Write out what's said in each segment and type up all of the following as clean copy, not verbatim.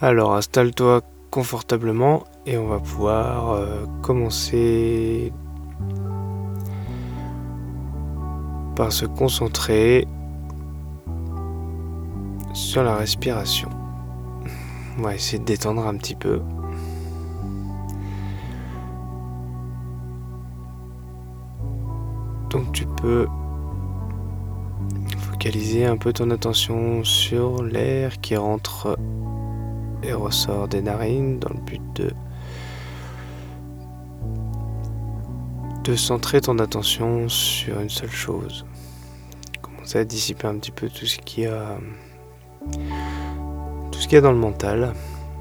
Alors installe-toi confortablement et on va pouvoir commencer par se concentrer sur la respiration. On va essayer de détendre un petit peu. Donc tu peux focaliser un peu ton attention sur l'air qui rentre et ressort des narines dans le but de centrer ton attention sur une seule chose. Commencer à dissiper un petit peu tout ce qu'il y a dans le mental.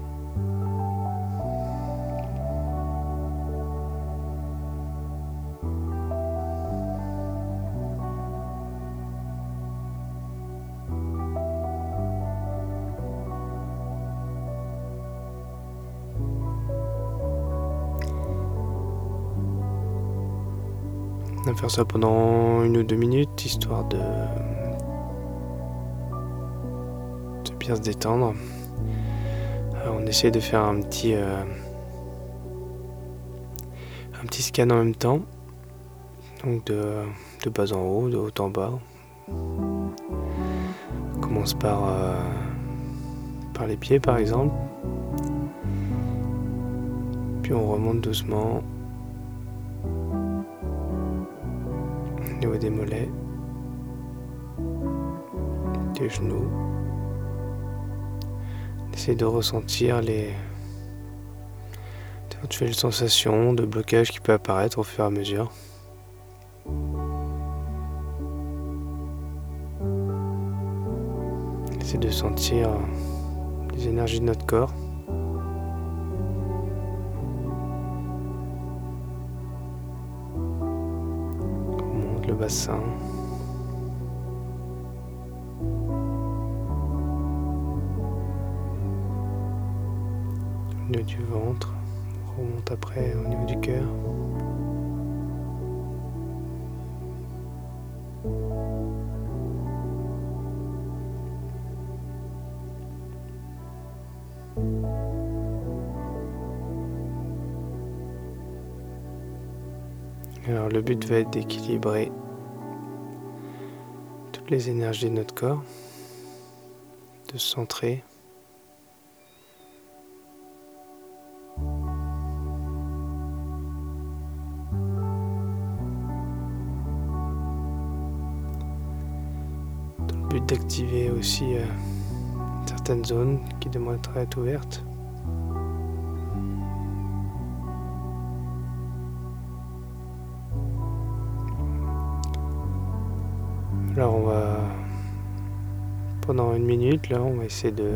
On va faire ça pendant 1 ou 2 minutes, histoire de bien se détendre. Alors on essaie de faire un petit scan en même temps, donc de bas en haut, de haut en bas. On commence par les pieds par exemple, puis on remonte doucement au niveau des mollets, des genoux. On essaie de ressentir les éventuelles sensations de blocage qui peut apparaître au fur et à mesure. On essaie de sentir les énergies de notre corps. On monte le bassin. Au niveau du ventre, on remonte après au niveau du cœur. Alors le but va être d'équilibrer toutes les énergies de notre corps, de se centrer. Dans le but d'activer aussi certaines zones qui demandent à être ouvertes. Alors on va, pendant 1 minute, là, on va essayer de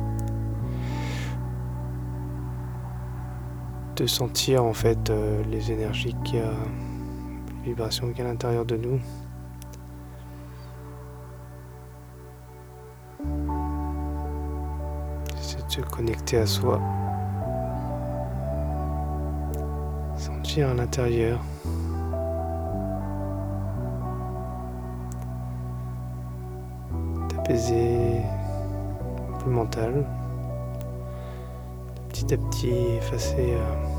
sentir en fait les énergies qu'il y a, les vibrations qu'il y a à l'intérieur de nous. C'est de se connecter à soi, sentir à l'intérieur. Apaiser un peu le mental, petit à petit effacer,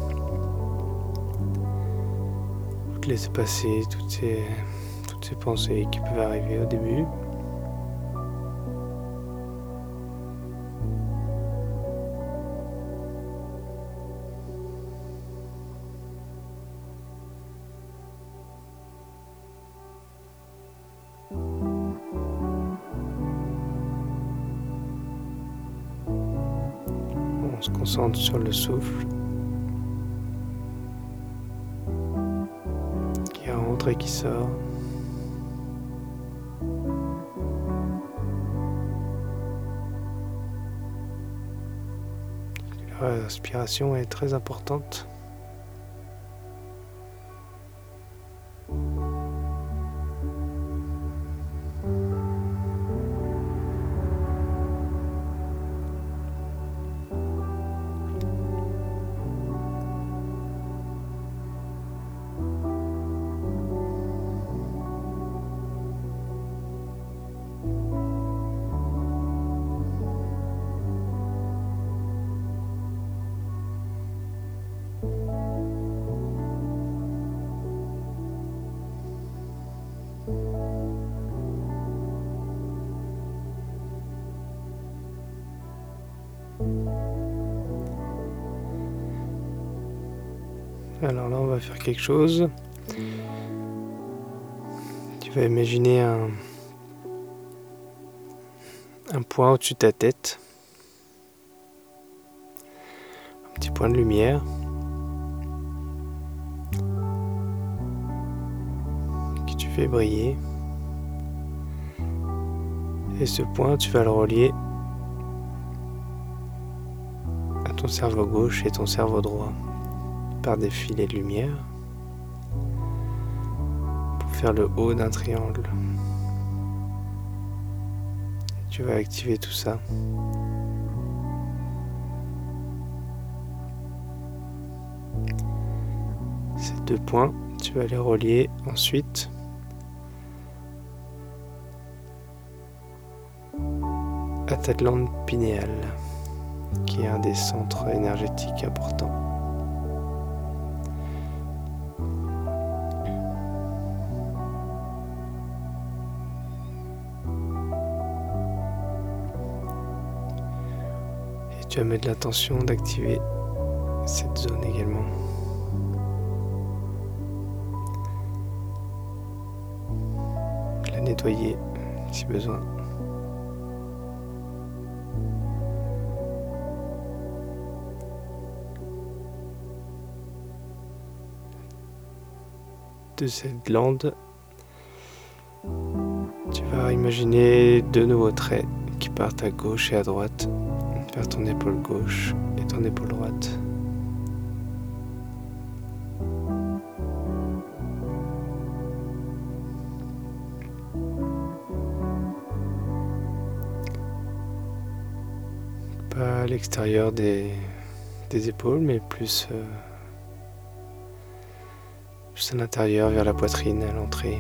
laisser passer toutes ces pensées qui peuvent arriver au début. On se concentre sur le souffle qui rentre et qui sort. La respiration est très importante. Alors là, on va faire quelque chose. Tu vas imaginer un point au-dessus de ta tête. Un petit point de lumière. Que tu fais briller. Et ce point, tu vas le relier à ton cerveau gauche et ton cerveau droit par des filets de lumière pour faire le haut d'un triangle. Tu vas activer tout ça. Ces 2 points, tu vas les relier ensuite à ta glande pinéale, qui est un des centres énergétiques importants. Et tu vas mettre l'intention d'activer cette zone également. La nettoyer si besoin. De cette glande, tu vas imaginer 2 nouveaux traits qui partent à gauche et à droite vers ton épaule gauche et ton épaule droite. Pas à l'extérieur des épaules, mais plus juste à l'intérieur, vers la poitrine, à l'entrée.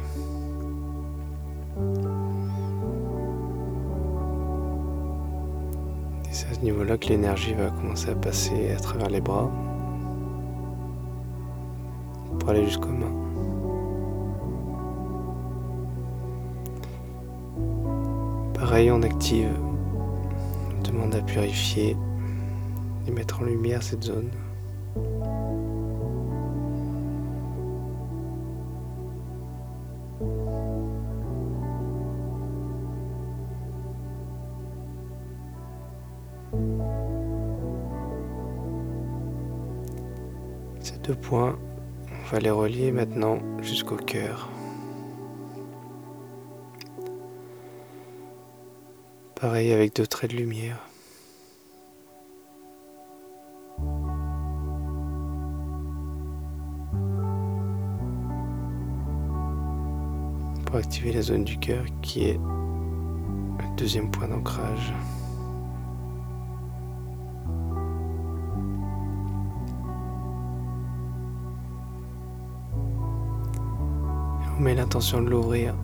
Et c'est à ce niveau-là que l'énergie va commencer à passer à travers les bras pour aller jusqu'aux mains. Pareil, on active, on demande à purifier et mettre en lumière cette zone. Ces 2 points, on va les relier maintenant jusqu'au cœur. Pareil avec 2 traits de lumière. Pour activer la zone du cœur qui est le 2e point d'ancrage. On met l'intention de l'ouvrir.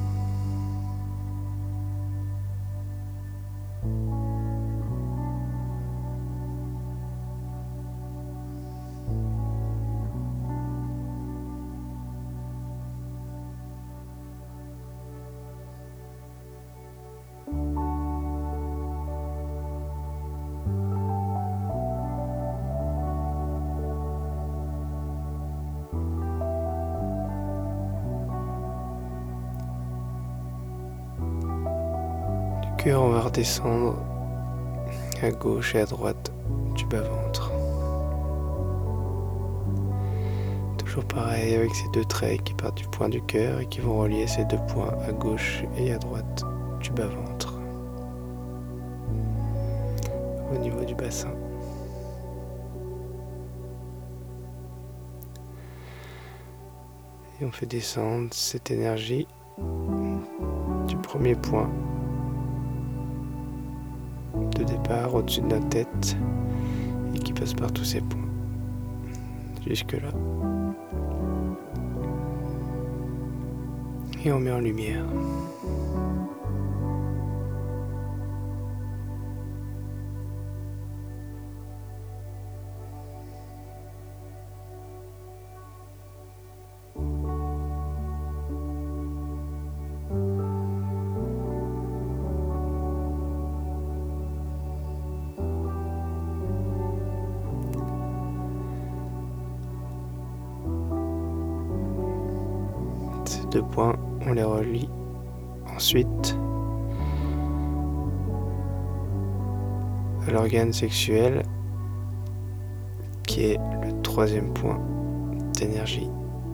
Du cœur, on va redescendre à gauche et à droite du bas-ventre. Toujours pareil avec ces 2 traits qui partent du point du cœur et qui vont relier ces 2 points à gauche et à droite du bas-ventre. Au niveau du bassin. Et on fait descendre cette énergie du premier point de départ au-dessus de notre tête et qui passe par tous ces points jusque là. Et on met en lumière. 2 points, on les relie ensuite à l'organe sexuel qui est le 3e point d'énergie.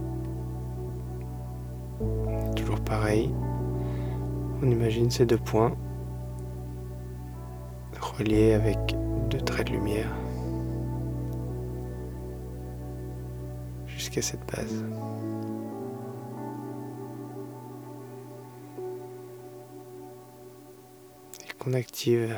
Toujours pareil, on imagine ces 2 points reliés avec 2 traits de lumière jusqu'à cette base. Et qu'on active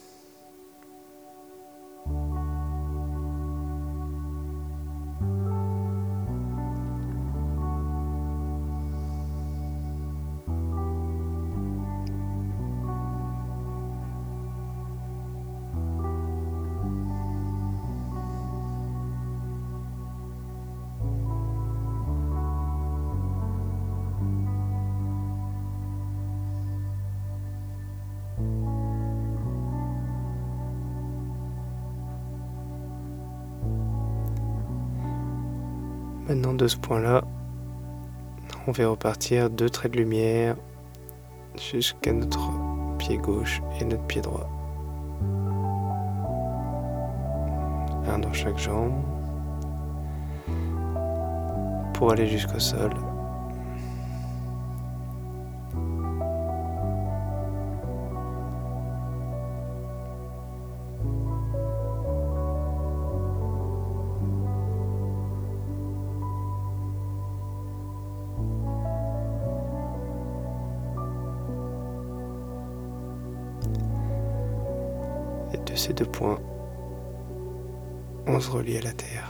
maintenant de ce point-là, on fait repartir 2 traits de lumière jusqu'à notre pied gauche et notre pied droit. Un dans chaque jambe pour aller jusqu'au sol. Et de ces 2 points, on se relie à la terre.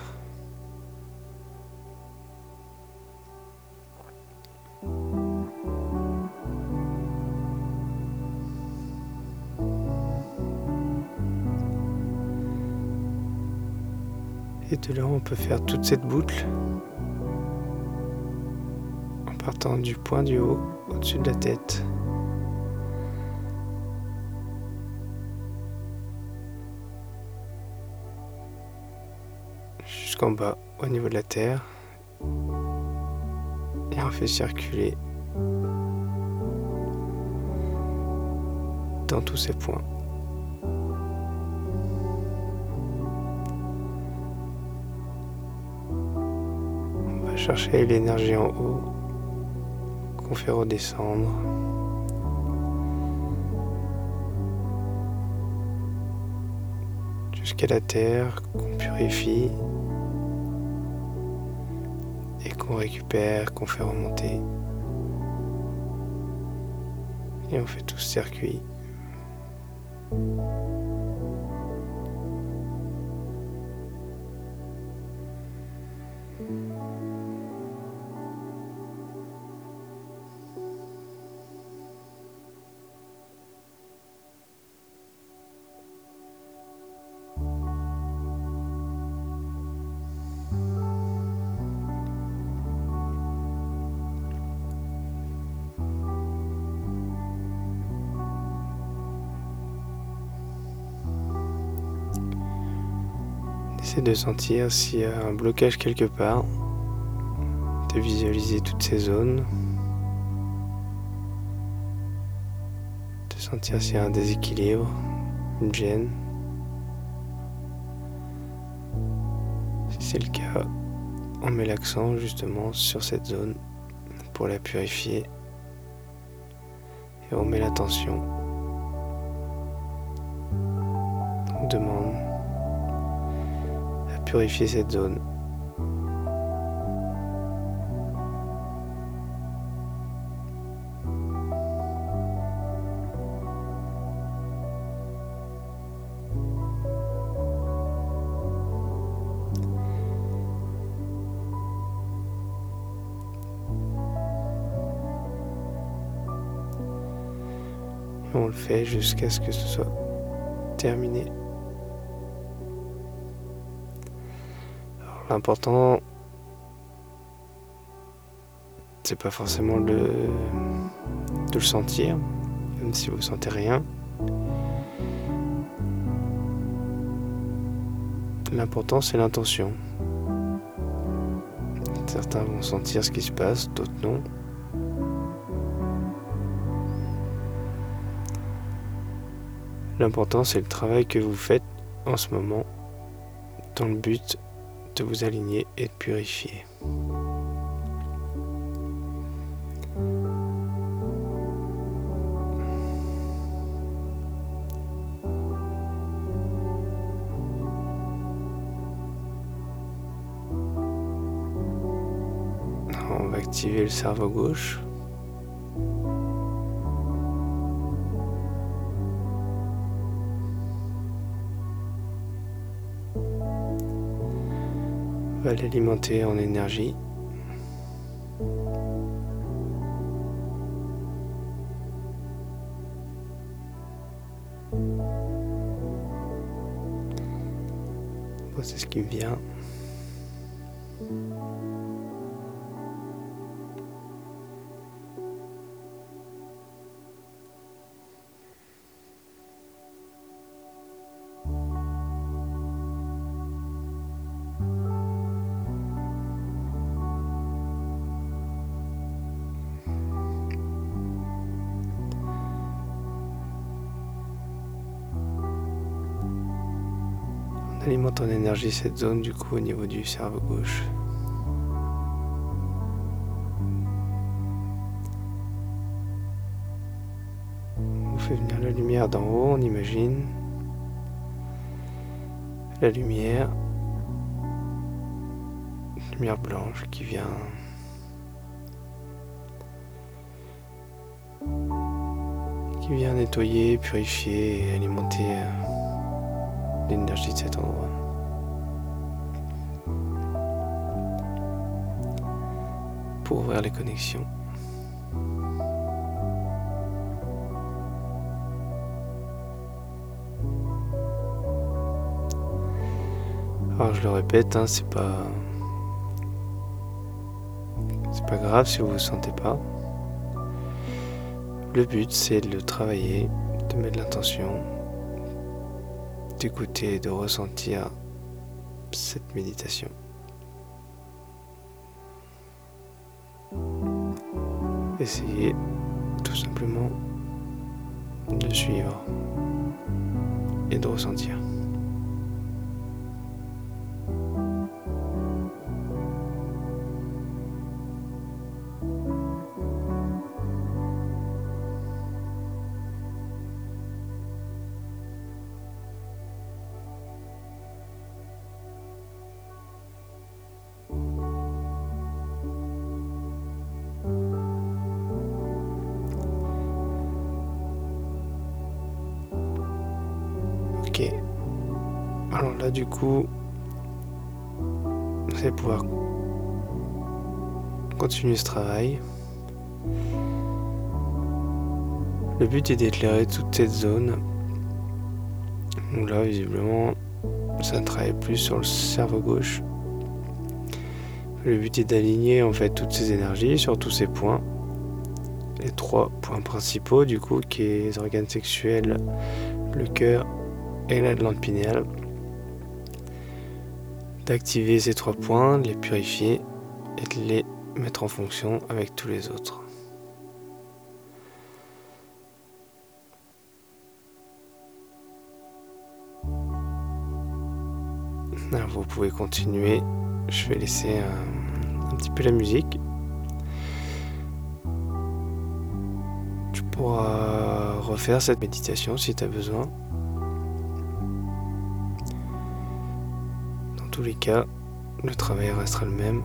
Et de là, on peut faire toute cette boucle en partant du point du haut, au-dessus de la tête. Jusqu'en bas, au niveau de la terre. Et on fait circuler dans tous ces points. On va chercher l'énergie en haut qu'on fait redescendre. Jusqu'à la terre qu'on purifie et qu'on récupère, qu'on fait remonter. Et on fait tout ce circuit. Essaie de sentir s'il y a un blocage quelque part, de visualiser toutes ces zones, de sentir s'il y a un déséquilibre, une gêne. Si c'est le cas, on met l'accent justement sur cette zone pour la purifier et on met l'attention. On demande à purifier cette zone. On le fait jusqu'à ce que ce soit terminé. Alors, l'important, c'est pas forcément de le sentir, même si vous sentez rien. L'important, c'est l'intention. Certains vont sentir ce qui se passe, d'autres non. L'important, c'est le travail que vous faites en ce moment dans le but de vous aligner et de purifier. On va activer le cerveau gauche. On va l'alimenter en énergie. Bon, c'est ce qui me vient. On alimente en énergie cette zone du coup au niveau du cerveau gauche. On fait venir la lumière d'en haut, on imagine. La lumière blanche qui vient nettoyer, purifier et alimenter l'énergie de cet endroit. Pour ouvrir les connexions. Alors je le répète, c'est pas grave si vous vous sentez pas. Le but c'est de le travailler, de mettre l'intention, d'écouter et de ressentir cette méditation. Essayez tout simplement de suivre et de ressentir. Ok, alors là du coup, vous allez pouvoir continuer ce travail. Le but est d'éclairer toute cette zone. Donc là, visiblement, ça travaille plus sur le cerveau gauche. Le but est d'aligner en fait toutes ces énergies sur tous ces points. Les 3 points principaux du coup, qui est les organes sexuels, le cœur et la glande pinéale. D'activer ces 3 points, de les purifier et de les mettre en fonction avec tous les autres. Alors vous pouvez continuer, je vais laisser un petit peu la musique. Tu pourras refaire cette méditation si tu as besoin. Dans tous les cas, le travail restera le même.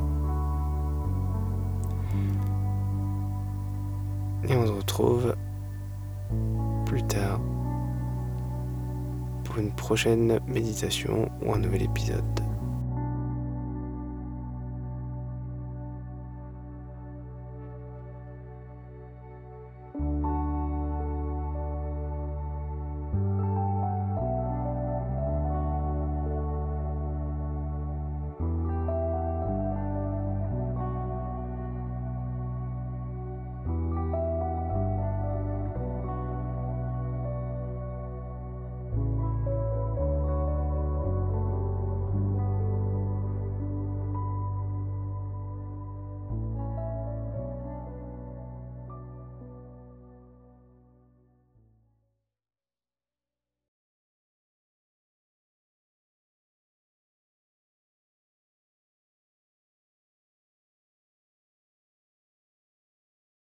Et on se retrouve plus tard pour une prochaine méditation ou un nouvel épisode.